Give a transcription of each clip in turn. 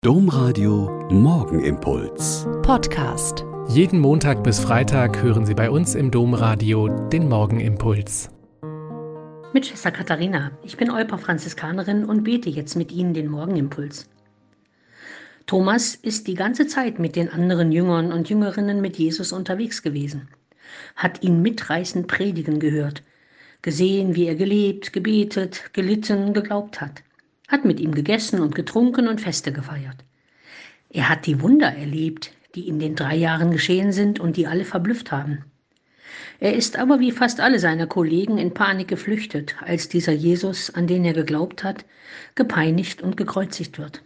Domradio Morgenimpuls Podcast. Jeden Montag bis Freitag hören Sie bei uns im Domradio den Morgenimpuls. Mit Schwester Katharina. Ich bin Olper-Franziskanerin und bete jetzt mit Ihnen den Morgenimpuls. Thomas ist die ganze Zeit mit den anderen Jüngern und Jüngerinnen mit Jesus unterwegs gewesen, hat ihn mitreißend predigen gehört, gesehen, wie er gelebt, gebetet, gelitten, geglaubt hat mit ihm gegessen und getrunken und Feste gefeiert. Er hat die Wunder erlebt, die in den 3 Jahren geschehen sind und die alle verblüfft haben. Er ist aber wie fast alle seiner Kollegen in Panik geflüchtet, als dieser Jesus, an den er geglaubt hat, gepeinigt und gekreuzigt wird.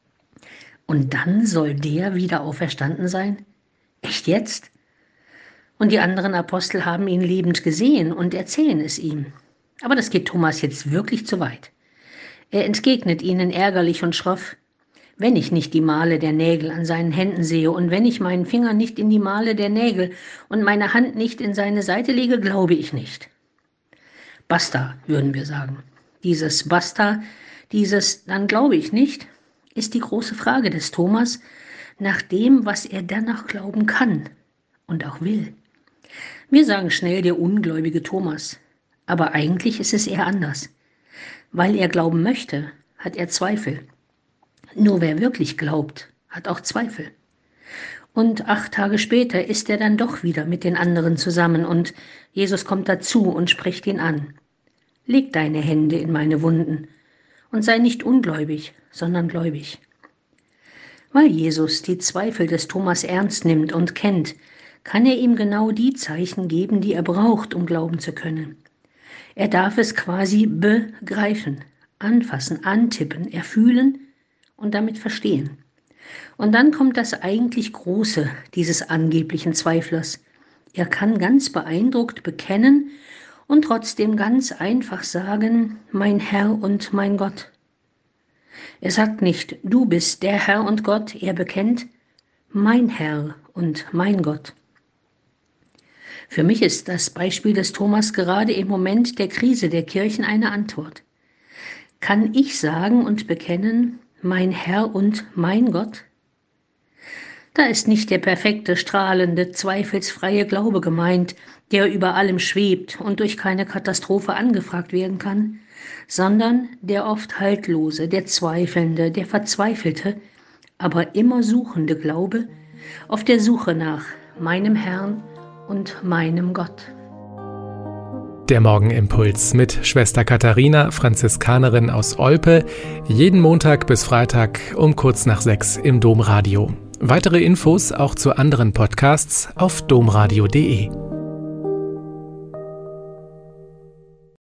Und dann soll der wieder auferstanden sein? Echt jetzt? Und die anderen Apostel haben ihn lebend gesehen und erzählen es ihm. Aber das geht Thomas jetzt wirklich zu weit. Er entgegnet ihnen ärgerlich und schroff: Wenn ich nicht die Male der Nägel an seinen Händen sehe und wenn ich meinen Finger nicht in die Male der Nägel und meine Hand nicht in seine Seite lege, glaube ich nicht. Basta, würden wir sagen. Dieses Basta, dieses dann glaube ich nicht, ist die große Frage des Thomas nach dem, was er danach glauben kann und auch will. Wir sagen schnell der ungläubige Thomas, aber eigentlich ist es eher anders. Weil er glauben möchte, hat er Zweifel. Nur wer wirklich glaubt, hat auch Zweifel. Und 8 Tage später ist er dann doch wieder mit den anderen zusammen und Jesus kommt dazu und spricht ihn an. Leg deine Hände in meine Wunden und sei nicht ungläubig, sondern gläubig. Weil Jesus die Zweifel des Thomas ernst nimmt und kennt, kann er ihm genau die Zeichen geben, die er braucht, um glauben zu können. Er darf es quasi begreifen, anfassen, antippen, erfühlen und damit verstehen. Und dann kommt das eigentlich Große dieses angeblichen Zweiflers. Er kann ganz beeindruckt bekennen und trotzdem ganz einfach sagen: Mein Herr und mein Gott. Er sagt nicht: Du bist der Herr und Gott, er bekennt: Mein Herr und mein Gott. Für mich ist das Beispiel des Thomas gerade im Moment der Krise der Kirchen eine Antwort. Kann ich sagen und bekennen: Mein Herr und mein Gott? Da ist nicht der perfekte, strahlende, zweifelsfreie Glaube gemeint, der über allem schwebt und durch keine Katastrophe angefragt werden kann, sondern der oft haltlose, der zweifelnde, der verzweifelte, aber immer suchende Glaube auf der Suche nach meinem Herrn und meinem Gott. Der Morgenimpuls mit Schwester Katharina, Franziskanerin aus Olpe, jeden Montag bis Freitag um kurz nach 6 im Domradio. Weitere Infos auch zu anderen Podcasts auf domradio.de.